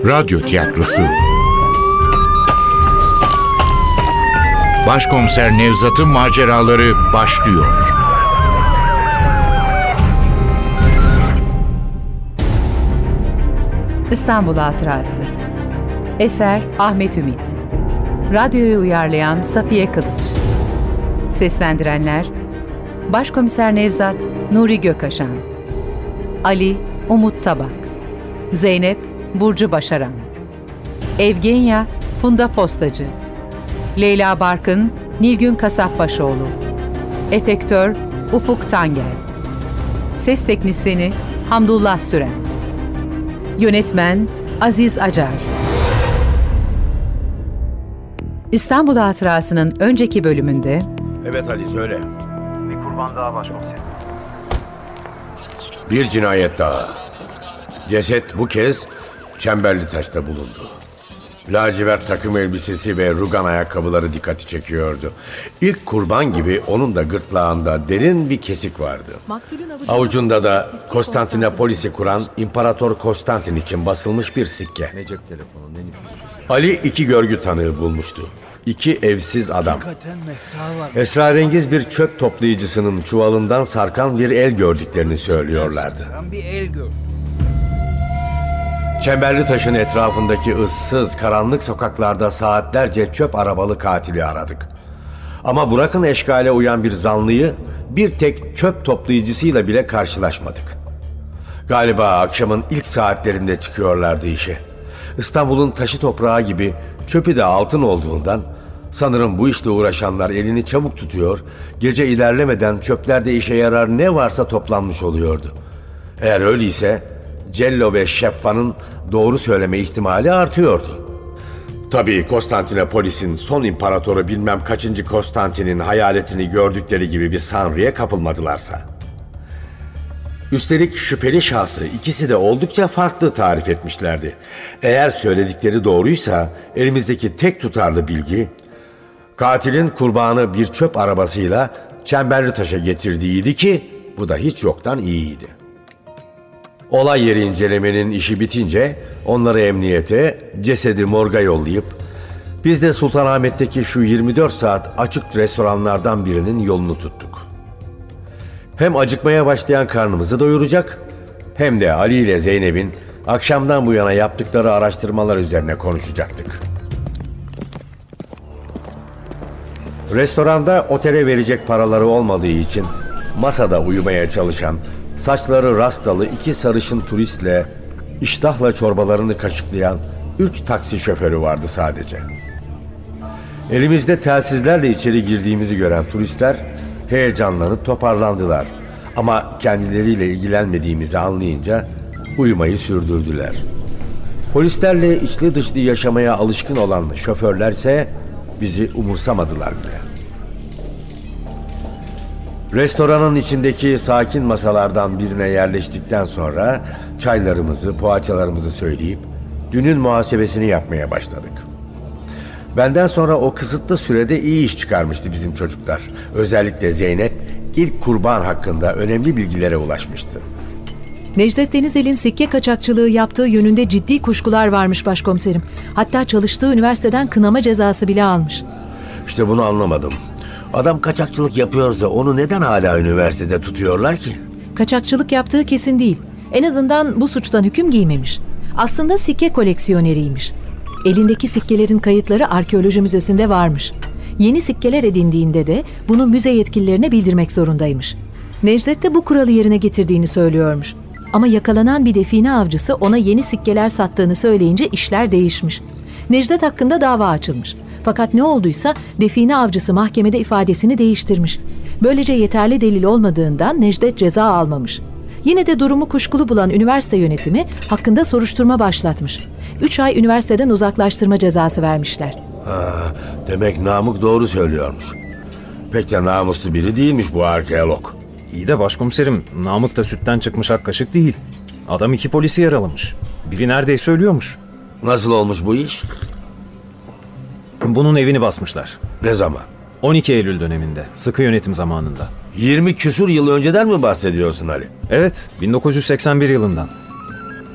Radyo tiyatrosu. Başkomiser Nevzat'ın maceraları başlıyor. İstanbul Hatırası. Eser Ahmet Ümit. Radyoyu uyarlayan Safiye Kılıç. Seslendirenler: Başkomiser Nevzat Nuri Gökaşan, Ali Umut Tabak, Zeynep Burcu Başaran, Evgenya Funda Postacı, Leyla Barkın Nilgün Kasapbaşoğlu, Efektör Ufuk Tangel, Ses Teknisyeni Hamdullah Süren, Yönetmen Aziz Acar. İstanbul Hatırası'nın önceki bölümünde... Evet Ali, söyle. Bir kurban daha başkomiserim. Bir cinayet daha. Ceset bu kez Çemberlitaş'ta bulundu. Lacivert takım elbisesi ve rugan ayakkabıları dikkati çekiyordu. İlk kurban gibi onun da gırtlağında derin bir kesik vardı. Avucunda da Konstantinopolis'i kuran İmparator Konstantin için basılmış bir sikke. Ali iki görgü tanığı bulmuştu. İki evsiz adam. Esrarengiz bir çöp toplayıcısının çuvalından sarkan bir el gördüklerini söylüyorlardı. Çemberlitaş'ın etrafındaki ıssız, karanlık sokaklarda saatlerce çöp arabalı katili aradık. Ama bırakın eşkale uyan bir zanlıyı, bir tek çöp toplayıcısıyla bile karşılaşmadık. Galiba akşamın ilk saatlerinde çıkıyorlardı işe. İstanbul'un taşı toprağı gibi çöpü de altın olduğundan sanırım bu işle uğraşanlar elini çabuk tutuyor, gece ilerlemeden çöplerde işe yarar ne varsa toplanmış oluyordu. Eğer öyleyse Cello ve Şeffa'nın doğru söyleme ihtimali artıyordu. Tabii Konstantinopolis'in son imparatoru bilmem kaçıncı Konstantin'in hayaletini gördükleri gibi bir sanrıya kapılmadılarsa. Üstelik şüpheli şahsı ikisi de oldukça farklı tarif etmişlerdi. Eğer söyledikleri doğruysa elimizdeki tek tutarlı bilgi, katilin kurbanı bir çöp arabasıyla Çemberlitaş'a getirdiğiydi ki bu da hiç yoktan iyiydi. Olay yeri incelemenin işi bitince onları emniyete, cesedi morga yollayıp biz de Sultanahmet'teki şu 24 saat açık restoranlardan birinin yolunu tuttuk. Hem acıkmaya başlayan karnımızı doyuracak hem de Ali ile Zeynep'in akşamdan bu yana yaptıkları araştırmalar üzerine konuşacaktık. Restoranda otele verecek paraları olmadığı için masada uyumaya çalışan, saçları rastalı iki sarışın turistle iştahla çorbalarını kaşıklayan 3 taksi şoförü vardı sadece. Elimizde telsizlerle içeri girdiğimizi gören turistler heyecanlanıp toparlandılar. Ama kendileriyle ilgilenmediğimizi anlayınca uyumayı sürdürdüler. Polislerle içli dışlı yaşamaya alışkın olan şoförlerse bizi umursamadılar bile. Restoranın içindeki sakin masalardan birine yerleştikten sonra çaylarımızı, poğaçalarımızı söyleyip dünün muhasebesini yapmaya başladık. Benden sonra o kısıtlı sürede iyi iş çıkarmıştı bizim çocuklar. Özellikle Zeynep ilk kurban hakkında önemli bilgilere ulaşmıştı. Necdet Denizel'in sikke kaçakçılığı yaptığı yönünde ciddi kuşkular varmış başkomiserim. Hatta çalıştığı üniversiteden kınama cezası bile almış. İşte bunu anlamadım. Adam kaçakçılık yapıyorsa onu neden hala üniversitede tutuyorlar ki? Kaçakçılık yaptığı kesin değil. En azından bu suçtan hüküm giymemiş. Aslında sikke koleksiyoneriymiş. Elindeki sikkelerin kayıtları arkeoloji müzesinde varmış. Yeni sikkeler edindiğinde de bunu müze yetkililerine bildirmek zorundaymış. Necdet de bu kuralı yerine getirdiğini söylüyormuş. Ama yakalanan bir define avcısı ona yeni sikkeler sattığını söyleyince işler değişmiş. Necdet hakkında dava açılmış. Fakat ne olduysa define avcısı mahkemede ifadesini değiştirmiş. Böylece yeterli delil olmadığından Necdet ceza almamış. Yine de durumu kuşkulu bulan üniversite yönetimi hakkında soruşturma başlatmış. 3 ay üniversiteden uzaklaştırma cezası vermişler. Demek Namık doğru söylüyormuş. Pek de namuslu biri değilmiş bu arkeolog. İyi de başkomiserim, Namık da sütten çıkmış ak kaşık değil. Adam 2 polisi yaralamış. Biri neredeyse ölüyormuş. Nasıl olmuş bu iş? Bunun evini basmışlar. Ne zaman? 12 Eylül döneminde, sıkı yönetim zamanında. 20 küsur yıl önceden mi bahsediyorsun Ali? Evet, 1981 yılından.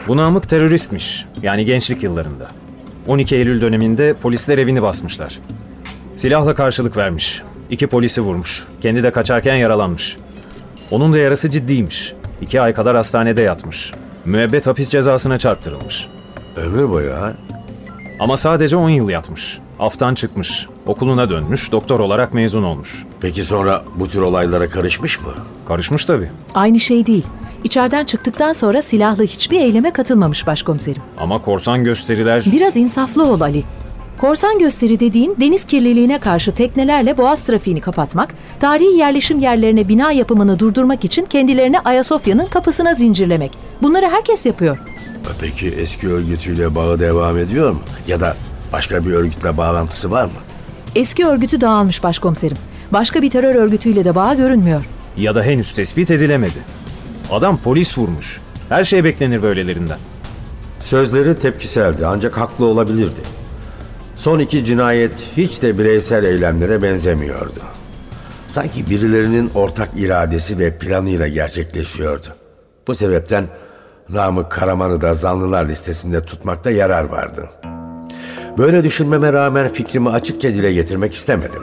Bu Namık teröristmiş. Yani gençlik yıllarında. 12 Eylül döneminde polisler evini basmışlar. Silahla karşılık vermiş. 2 polisi vurmuş. Kendi de kaçarken yaralanmış. Onun da yarası ciddiymiş. 2 ay kadar hastanede yatmış. Müebbet hapis cezasına çarptırılmış. Ömür boyu ha? Ama sadece 10 yıl yatmış. Aftan çıkmış. Okuluna dönmüş. Doktor olarak mezun olmuş. Peki sonra bu tür olaylara karışmış mı? Karışmış tabii. Aynı şey değil. İçeriden çıktıktan sonra silahlı hiçbir eyleme katılmamış başkomiserim. Ama korsan gösteriler... Biraz insaflı ol Ali. Korsan gösteri dediğin deniz kirliliğine karşı teknelerle boğaz trafiğini kapatmak, tarihi yerleşim yerlerine bina yapımını durdurmak için kendilerini Ayasofya'nın kapısına zincirlemek. Bunları herkes yapıyor. Peki eski örgütüyle bağı devam ediyor mu? Ya da başka bir örgütle bağlantısı var mı? Eski örgütü dağılmış başkomiserim. Başka bir terör örgütüyle de bağı görünmüyor. Ya da henüz tespit edilemedi. Adam polis vurmuş. Her şey beklenir böylelerinden. Sözleri tepkiseldi ancak haklı olabilirdi. Son 2 cinayet hiç de bireysel eylemlere benzemiyordu. Sanki birilerinin ortak iradesi ve planıyla gerçekleşiyordu. Bu sebepten Namık Karaman'ı da zanlılar listesinde tutmakta yarar vardı. Böyle düşünmeme rağmen fikrimi açıkça dile getirmek istemedim.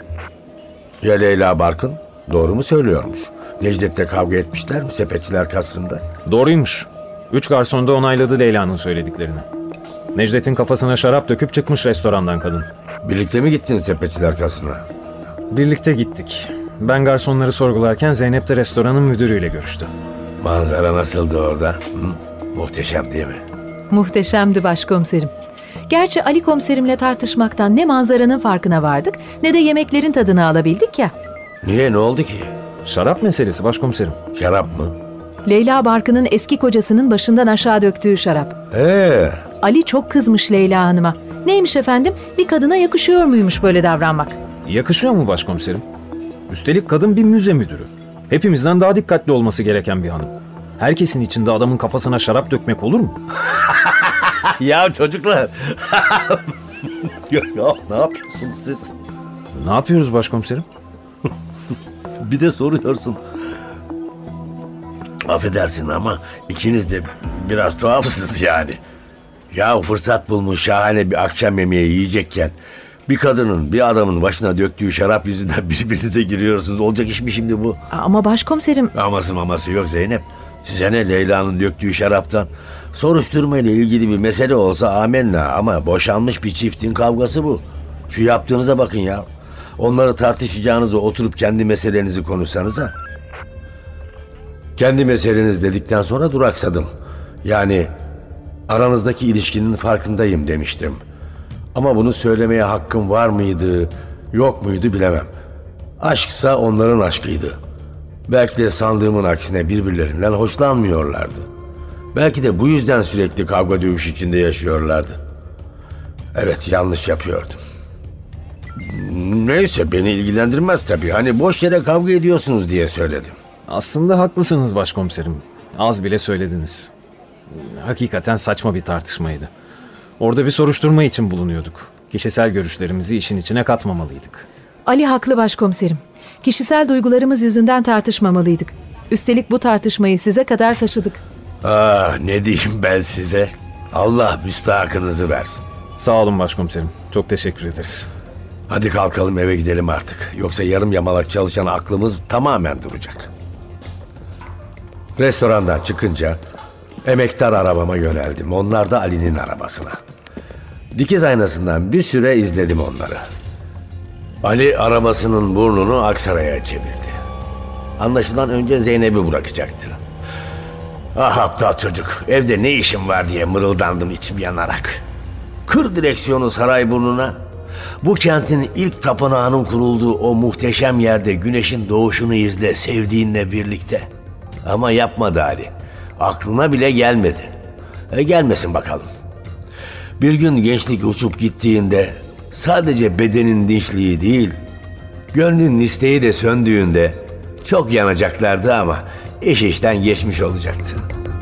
Ya Leyla Barkın? Doğru mu söylüyormuş? Necdet'le kavga etmişler mi sepetçiler kasrında? Doğruymuş. 3 garson da onayladı Leyla'nın söylediklerini. Necdet'in kafasına şarap döküp çıkmış restorandan kadın. Birlikte mi gittiniz sepetçiler kasrına? Birlikte gittik. Ben garsonları sorgularken Zeynep de restoranın müdürüyle görüştü. Manzara nasıldı orada? Hı? Muhteşem değil mi? Muhteşemdi başkomiserim. Gerçi Ali komiserimle tartışmaktan ne manzaranın farkına vardık ne de yemeklerin tadını alabildik ya. Niye, ne oldu ki? Şarap meselesi başkomiserim. Şarap mı? Leyla Barkın'ın eski kocasının başından aşağı döktüğü şarap. Ali çok kızmış Leyla Hanım'a. Neymiş efendim? Bir kadına yakışıyor muymuş böyle davranmak? Yakışıyor mu başkomiserim? Üstelik kadın bir müze müdürü. Hepimizden daha dikkatli olması gereken bir hanım. Herkesin içinde adamın kafasına şarap dökmek olur mu? Ya çocuklar. Ya, ne yapıyorsunuz siz? Ne yapıyoruz başkomiserim? Bir de soruyorsun. Affedersin ama ikiniz de biraz tuhafsınız yani. Ya fırsat bulmuş şahane bir akşam yemeği yiyecekken bir kadının bir adamın başına döktüğü şarap yüzünden birbirinize giriyorsunuz. Olacak iş mi şimdi bu? Ama başkomiserim... Maması yok Zeynep. Size ne Leyla'nın döktüğü şaraptan? Soruşturma ile ilgili bir mesele olsa amenna ama boşanmış bir çiftin kavgası bu. Şu yaptığınıza bakın ya. Onları tartışacağınızı oturup kendi meselenizi konuşsanıza. Kendi meseleniz dedikten sonra duraksadım. Yani aranızdaki ilişkinin farkındayım demiştim. Ama bunu söylemeye hakkım var mıydı, yok muydu bilemem. Aşksa onların aşkıydı. Belki de sandığımın aksine birbirlerinden hoşlanmıyorlardı. Belki de bu yüzden sürekli kavga dövüş içinde yaşıyorlardı. Evet, yanlış yapıyordum. Neyse, beni ilgilendirmez tabii. Hani boş yere kavga ediyorsunuz diye söyledim. Aslında haklısınız başkomiserim. Az bile söylediniz. Hakikaten saçma bir tartışmaydı. Orada bir soruşturma için bulunuyorduk. Kişisel görüşlerimizi işin içine katmamalıydık. Ali haklı başkomiserim. Kişisel duygularımız yüzünden tartışmamalıydık. Üstelik bu tartışmayı size kadar taşıdık. Ne diyeyim ben size? Allah müstahakınızı versin. Sağ olun başkomiserim. Çok teşekkür ederiz. Hadi kalkalım, eve gidelim artık. Yoksa yarım yamalak çalışan aklımız tamamen duracak. Restorandan çıkınca emektar arabama yöneldim. Onlar da Ali'nin arabasına. Dikiz aynasından bir süre izledim onları. Ali arabasının burnunu Aksaray'a çevirdi. Anlaşılan önce Zeynep'i bırakacaktı. Ah aptal çocuk, evde ne işim var diye mırıldandım içim yanarak. Kır direksiyonu Sarayburnu'na. Bu kentin ilk tapınağının kurulduğu o muhteşem yerde güneşin doğuşunu izle sevdiğinle birlikte. Ama yapmadı Ali. Aklına bile gelmedi. Gelmesin bakalım. Bir gün gençlik uçup gittiğinde sadece bedenin dinçliği değil, gönlün isteği de söndüğünde çok yanacaklardı ama iş işten geçmiş olacaktı.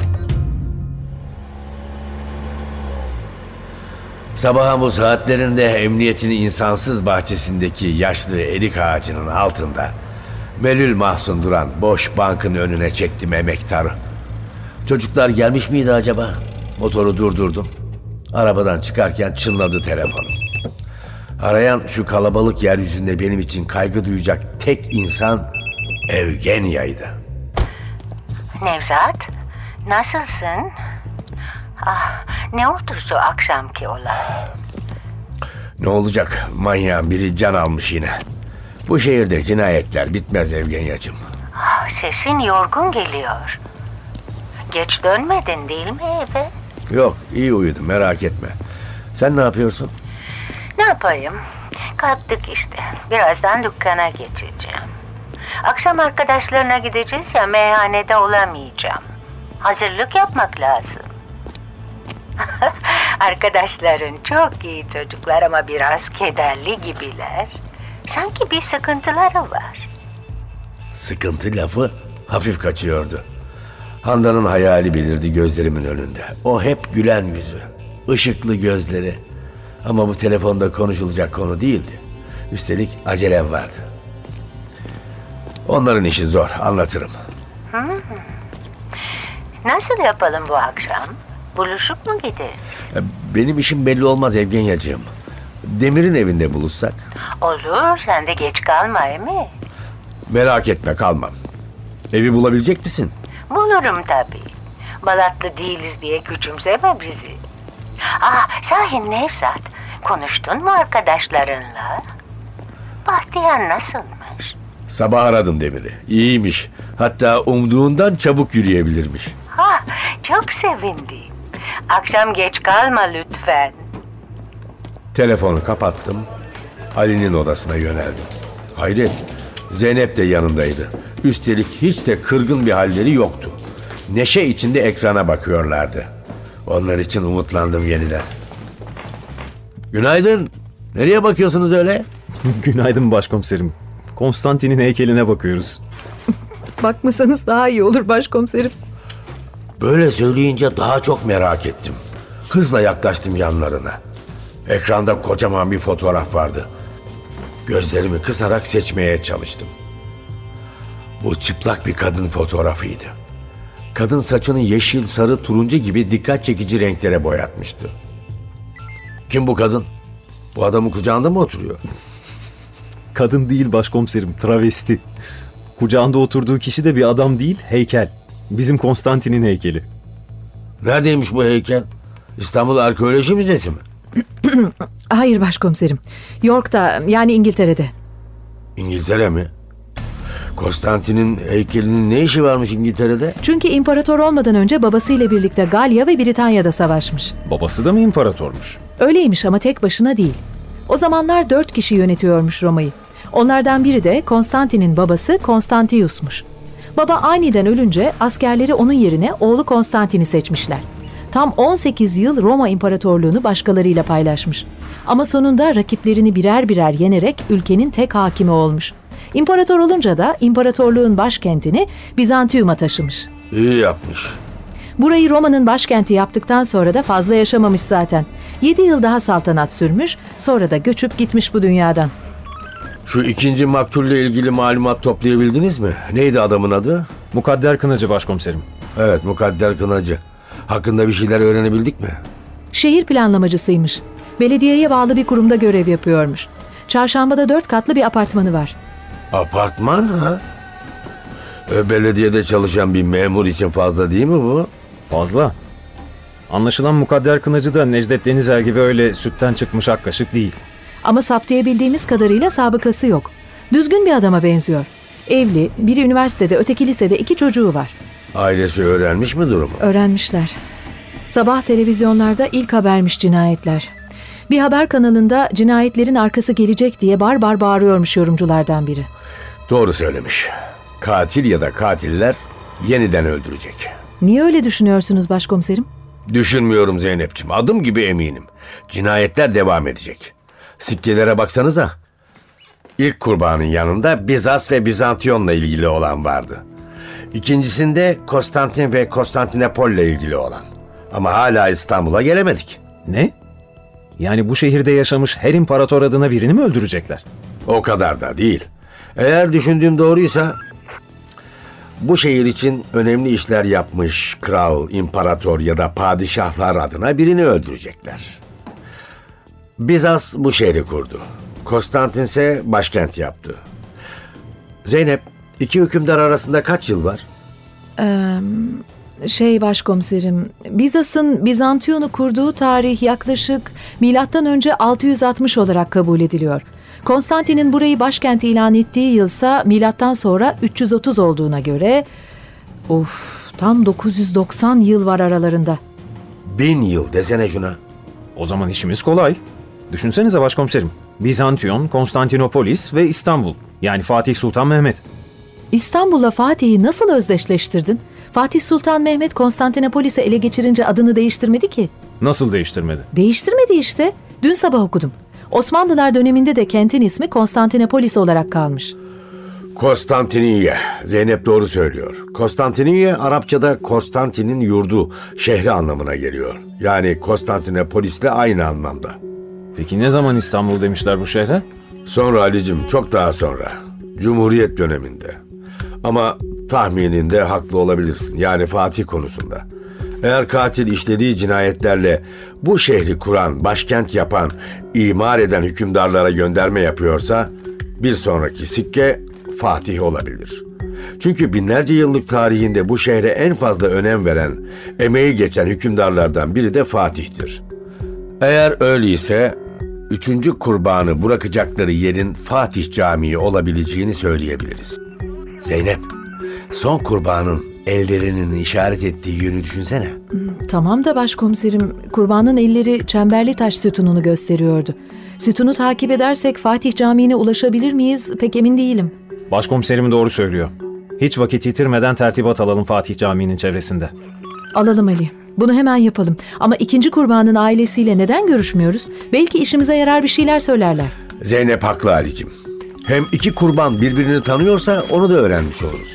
Sabahın bu saatlerinde emniyetin insansız bahçesindeki yaşlı erik ağacının altında melül mahzun duran boş bankın önüne çektim emektarı. Çocuklar gelmiş miydi acaba? Motoru durdurdum. Arabadan çıkarken çınladı telefonum. Arayan şu kalabalık yeryüzünde benim için kaygı duyacak tek insan Evgenya'ydı. Nevzat, nasılsın? Ah, ne oldu şu akşamki olay? Ne olacak? Manyağın biri can almış yine. Bu şehirde cinayetler bitmez Evgenya'cığım. Ah, sesin yorgun geliyor. Geç dönmedin değil mi eve? Yok, iyi uyudum, merak etme. Sen ne yapıyorsun? Ne yapayım? Kalktık işte. Birazdan dükkana geçeceğim. Akşam arkadaşlarına gideceğiz ya, meyhanede olamayacağım. Hazırlık yapmak lazım. Arkadaşların çok iyi çocuklar ama biraz kederli gibiler. Sanki bir sıkıntıları var. Sıkıntı lafı hafif kaçıyordu. Handan'ın hayali belirdi gözlerimin önünde. O hep gülen yüzü, ışıklı gözleri. Ama bu telefonda konuşulacak konu değildi. Üstelik acelem vardı. Onların işi zor, anlatırım. Nasıl yapalım bu akşam? Buluşup mu gideriz? Benim işim belli olmaz Evgenya'cığım. Demir'in evinde buluşsak. Olur, sen de geç kalma mi? Merak etme, kalmam. Evi bulabilecek misin? Bulurum tabii. Balatlı değiliz diye küçümseme bizi. Ah, sahi Nevzat, konuştun mu arkadaşlarınla? Bahtiyar nasılmış? Sabah aradım Demir'i. İyiymiş. Hatta umduğundan çabuk yürüyebilirmiş. Ha, çok sevindim. Akşam geç kalma lütfen. Telefonu kapattım. Ali'nin odasına yöneldim. Hayret, Zeynep de yanındaydı. Üstelik hiç de kırgın bir halleri yoktu. Neşe içinde ekrana bakıyorlardı. Onlar için umutlandım yeniden. Günaydın. Nereye bakıyorsunuz öyle? Günaydın başkomiserim. Konstantin'in heykeline bakıyoruz. Bakmasanız daha iyi olur başkomiserim. Böyle söyleyince daha çok merak ettim. Hızla yaklaştım yanlarına. Ekranda kocaman bir fotoğraf vardı. Gözlerimi kısarak seçmeye çalıştım. Bu çıplak bir kadın fotoğrafıydı. Kadın saçını yeşil, sarı, turuncu gibi dikkat çekici renklere boyatmıştı. Kim bu kadın? Bu adamın kucağında mı oturuyor? Kadın değil başkomiserim, travesti. Kucağında oturduğu kişi de bir adam değil, heykel. Bizim Konstantin'in heykeli. Neredeymiş bu heykel? İstanbul Arkeoloji Müzesi mi? Hayır başkomiserim. York'ta, yani İngiltere'de. İngiltere mi? Konstantin'in heykelinin ne işi varmış İngiltere'de? Çünkü imparator olmadan önce babasıyla birlikte Galya ve Britanya'da savaşmış. Babası da mı imparatormuş? Öyleymiş ama tek başına değil. O zamanlar 4 kişi yönetiyormuş Roma'yı. Onlardan biri de Konstantin'in babası Konstantius'muş. Baba aniden ölünce askerleri onun yerine oğlu Konstantin'i seçmişler. Tam 18 yıl Roma İmparatorluğunu başkalarıyla paylaşmış. Ama sonunda rakiplerini birer birer yenerek ülkenin tek hakimi olmuş. İmparator olunca da imparatorluğun başkentini Bizantium'a taşımış. İyi yapmış. Burayı Roma'nın başkenti yaptıktan sonra da fazla yaşamamış zaten. 7 yıl daha saltanat sürmüş, sonra da göçüp gitmiş bu dünyadan. Şu ikinci maktulle ilgili malumat toplayabildiniz mi? Neydi adamın adı? Mukadder Kınacı başkomiserim. Evet, Mukadder Kınacı. Hakkında bir şeyler öğrenebildik mi? Şehir planlamacısıymış. Belediyeye bağlı bir kurumda görev yapıyormuş. Çarşamba'da 4 katlı bir apartmanı var. Apartman ha? Belediyede çalışan bir memur için fazla değil mi bu? Fazla. Anlaşılan Mukadder Kınacı da Necdet Denizer gibi öyle sütten çıkmış ak kaşık değil. Ama saptayabildiğimiz kadarıyla sabıkası yok. Düzgün bir adama benziyor. Evli, biri üniversitede, öteki lisede 2 çocuğu var. Ailesi öğrenmiş mi durumu? Öğrenmişler. Sabah televizyonlarda ilk habermiş cinayetler. Bir haber kanalında cinayetlerin arkası gelecek diye bar bar bağırıyormuş yorumculardan biri. Doğru söylemiş. Katil ya da katiller yeniden öldürecek. Niye öyle düşünüyorsunuz başkomiserim? Düşünmüyorum Zeynep'ciğim. Adım gibi eminim. Cinayetler devam edecek. Sikkelere baksanıza. İlk kurbanın yanında Bizans ve Bizantiyon'la ilgili olan vardı. İkincisinde Konstantin ve Konstantinopol'le ilgili olan. Ama hala İstanbul'a gelemedik. Ne? Yani bu şehirde yaşamış her imparator adına birini mi öldürecekler? O kadar da değil. Eğer düşündüğüm doğruysa bu şehir için önemli işler yapmış kral, imparator ya da padişahlar adına birini öldürecekler. Bizans bu şehri kurdu. Konstantin ise başkent yaptı. Zeynep, iki hükümdar arasında kaç yıl var? Başkomiserim, Bizans'ın Bizantiyon'u kurduğu tarih yaklaşık M.Ö. 660 olarak kabul ediliyor. Konstantin'in burayı başkent ilan ettiği yılsa milattan sonra 330 olduğuna göre tam 990 yıl var aralarında. 1000 yıl desene şuna. O zaman işimiz kolay. Düşünsenize başkomiserim. Bizantiyon, Konstantinopolis ve İstanbul. Yani Fatih Sultan Mehmet. İstanbul'la Fatih'i nasıl özdeşleştirdin? Fatih Sultan Mehmet Konstantinopolis'i ele geçirince adını değiştirmedi ki. Nasıl değiştirmedi? Değiştirmedi işte. Dün sabah okudum. Osmanlılar döneminde de kentin ismi Konstantinopolis olarak kalmış. Konstantiniye. Zeynep doğru söylüyor. Konstantiniye Arapçada Konstantin'in yurdu, şehri anlamına geliyor. Yani Konstantinopolis'le aynı anlamda. Peki ne zaman İstanbul demişler bu şehre? Sonra Ali'cim, çok daha sonra. Cumhuriyet döneminde. Ama tahmininde haklı olabilirsin. Yani Fatih konusunda. Eğer katil işlediği cinayetlerle bu şehri kuran, başkent yapan, imar eden hükümdarlara gönderme yapıyorsa bir sonraki sikke Fatih olabilir. Çünkü binlerce yıllık tarihinde bu şehre en fazla önem veren, emeği geçen hükümdarlardan biri de Fatih'tir. Eğer öyleyse 3. kurbanı bırakacakları yerin Fatih Camii olabileceğini söyleyebiliriz. Zeynep, son kurbanın ellerinin işaret ettiği yönü düşünsene. Tamam da başkomiserim, kurbanın elleri çemberli taş sütununu gösteriyordu. Sütunu takip edersek Fatih Camii'ne ulaşabilir miyiz pek emin değilim. Başkomiserim doğru söylüyor. Hiç vakit yitirmeden tertibat alalım Fatih Camii'nin çevresinde. Alalım Ali. Bunu hemen yapalım. Ama 2. kurbanın ailesiyle neden görüşmüyoruz? Belki işimize yarar bir şeyler söylerler. Zeynep haklı Ali'cim. Hem 2 kurban birbirini tanıyorsa onu da öğrenmiş oluruz.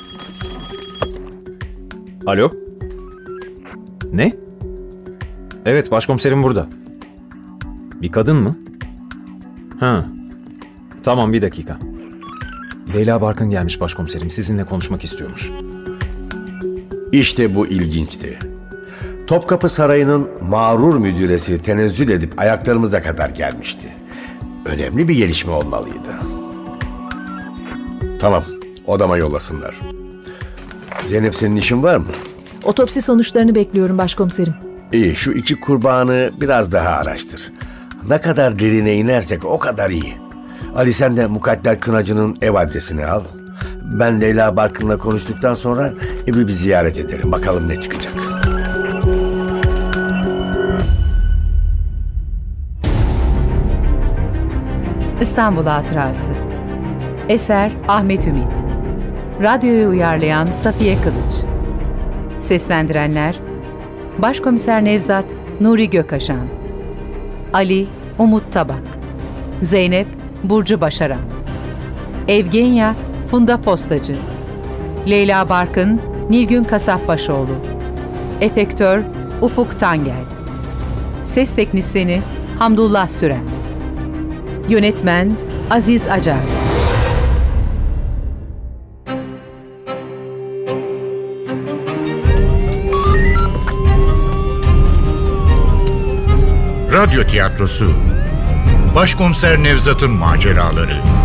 Alo? Ne? Evet, başkomiserim burada. Bir kadın mı? Tamam, bir dakika. Leyla Barkın gelmiş başkomiserim. Sizinle konuşmak istiyormuş. İşte bu ilginçti. Topkapı Sarayı'nın mağrur müdüresi tenezzül edip ayaklarımıza kadar gelmişti. Önemli bir gelişme olmalıydı. Tamam, odama yollasınlar. Zeynep, senin işin var mı? Otopsi sonuçlarını bekliyorum başkomiserim. İyi, şu 2 kurbanı biraz daha araştır. Ne kadar derine inersek o kadar iyi. Ali, sen de Mukadder Kınacı'nın ev adresini al. Ben Leyla Barkın'la konuştuktan sonra evi bir ziyaret edelim. Bakalım ne çıkacak. İstanbul Hatırası. Eser Ahmet Ümit. Radyoyu uyarlayan Safiye Kılıç. Seslendirenler: Başkomiser Nevzat Nuri Gökaşan, Ali Umut Tabak, Zeynep Burcu Başaran, Evgenya Funda Postacı, Leyla Barkın Nilgün Kasapbaşoğlu, Efektör Ufuk Tangel, Ses Teknisyeni Hamdullah Süren, Yönetmen Aziz Acar. Radyo tiyatrosu Başkomiser Nevzat'ın maceraları.